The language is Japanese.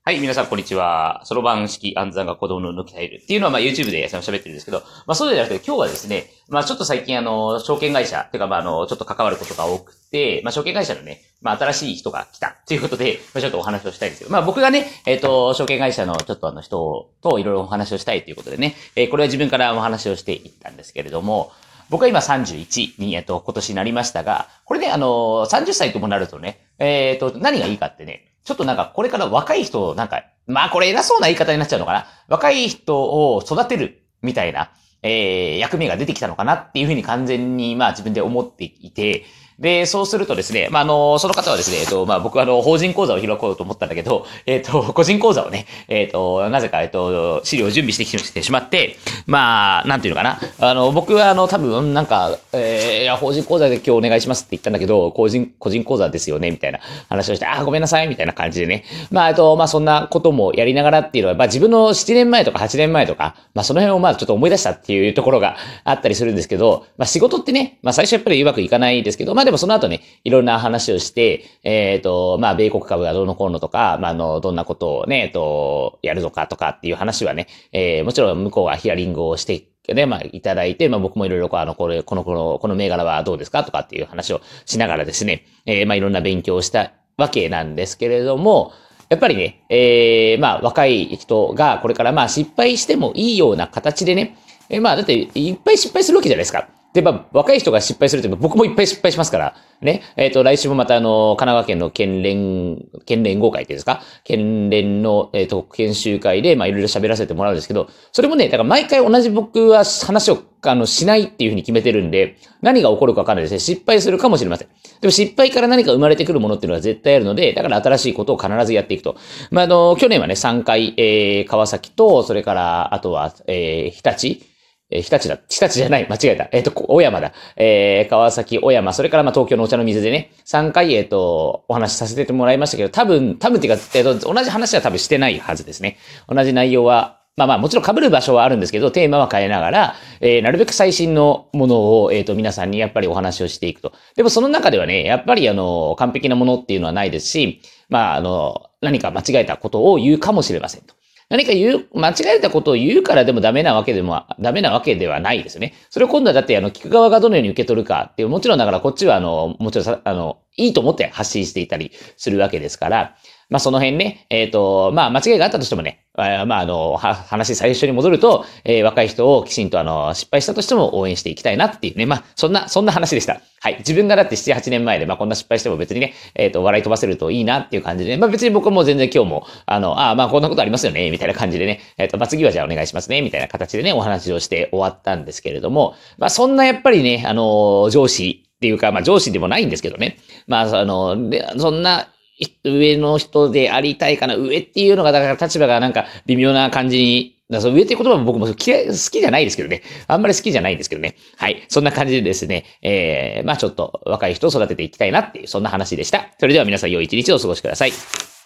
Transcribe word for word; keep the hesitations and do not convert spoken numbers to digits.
はい、皆さん、こんにちは。そろばん式暗算が子供の抜き入るっていうのは、まあ、YouTube で喋ってるんですけど、まあ、そうじゃなくて、今日はですね、まあ、ちょっと最近、あの、証券会社、てか、まあ、あの、ちょっと関わることが多くて、まあ、証券会社のね、まあ、新しい人が来たということで、まあ、ちょっとお話をしたいんですけど、まあ、僕がね、えっと、証券会社のちょっとあの人といろいろお話をしたいということでね、えーこれは自分からお話をしていったんですけれども、僕は今さんじゅういちに、えっと、今年になりましたが、これね、あの、さんじゅっさいともなるとね、えっと、何がいいかってね、ちょっとなんかこれから若い人をなんか、まあこれ偉そうな言い方になっちゃうのかな。若い人を育てるみたいな、えー、役目が出てきたのかなっていうふうに完全にまあ自分で思っていて、で、そうするとですね、まあ、あの、その方はですね、えっと、まあ、僕はあの、法人講座を開こうと思ったんだけど、えっと、個人講座をね、えっと、なぜか、えっと、資料を準備してきてしまって、まあ、なんていうのかな。あの、僕はあの、多分、なんか、えー、いや、法人講座で今日お願いしますって言ったんだけど、個人、個人講座ですよね、みたいな話をして、あ、ごめんなさい、みたいな感じでね。まあ、えっと、まあ、そんなこともやりながらっていうのは、まあ、自分のななねんまえとかはちねんまえとか、まあ、その辺をまあ、ちょっと思い出したっていうところがあったりするんですけど、まあ、仕事ってね、まあ、最初やっぱりうまくいかないですけど、まあ、でもその後ね、いろんな話をして、えっと、まあ、米国株がどうのこうのとか、まあ、あの、どんなことをね、えっと、やるのかとかっていう話はね、えー、もちろん向こうがヒアリングをして、で、まあ、いただいて、まあ、僕もいろいろ、あの、これ、この、この、この銘柄はどうですかとかっていう話をしながらですね、えー、まあ、いろんな勉強をしたわけなんですけれども、やっぱりね、えー、まあ、若い人がこれからまあ、失敗してもいいような形でね、えー、まあ、だって、いっぱい失敗するわけじゃないですか。で、まあ、若い人が失敗するって、僕もいっぱい失敗しますから、ね。えっと、来週もまたあの、神奈川県の県連、県連合会っていうんですか県連の、えっと、研修会で、まあ、いろいろ喋らせてもらうんですけど、それもね、だから毎回同じ僕は話を、あの、しないっていうふうに決めてるんで、何が起こるかわかんないですね。失敗するかもしれません。でも失敗から何か生まれてくるものっていうのは絶対あるので、だから新しいことを必ずやっていくと。まあ、あの、去年はね、さんかい、えー、川崎と、それから、あとは、えー、日立、えー、日立だ。日立じゃない。間違えた。えっ、と、小山だ。えー、川崎、小山、それからまあ東京のお茶の水でね、さんかい、えっ、と、お話しさせてもらいましたけど、多分、多分っていうか、えっ、と、同じ話は多分してないはずですね。同じ内容は、まあまあ、もちろん被る場所はあるんですけど、テーマは変えながら、えー、なるべく最新のものを、えっ、と、皆さんにやっぱりお話をしていくと。でもその中ではね、やっぱりあの、完璧なものっていうのはないですし、まあ、あの、何か間違えたことを言うかもしれませんと。何か言う、間違えたことを言うからでもダメなわけでも、ダメなわけではないですよね。それを今度はだって、あの、聞く側がどのように受け取るかっていう、もちろんだからこっちは、あの、もちろんさ、あの、いいと思って発信していたりするわけですから、まあ、その辺ね、えっ、と、まあ、間違いがあったとしてもね、あまあ、あの、は話最初に戻ると、えー、若い人をきちんとあの、失敗したとしても応援していきたいなっていうね、まあ、そんな、そんな話でした。はい。自分がだってなな、はちねんまえで、まあ、こんな失敗しても別にね、えっ、と、笑い飛ばせるといいなっていう感じで、ね、まあ、別に僕も全然今日も、あの、ああ、まあ、こんなことありますよね、みたいな感じでね、えっ、と、まあ、次はじゃあお願いしますね、みたいな形でね、お話をして終わったんですけれども、まあ、そんなやっぱりね、あの、上司っていうか、まあ、上司でもないんですけどね、まあ、あの、でそんな、上の人でありたいかな。上っていうのが、だから立場がなんか微妙な感じに、だ上っていう言葉も僕も嫌い好きじゃないですけどね。あんまり好きじゃないんですけどね。はい。そんな感じでですね、えー、まあちょっと若い人を育てていきたいなっていう、そんな話でした。それでは皆さん良い一日をお過ごしください。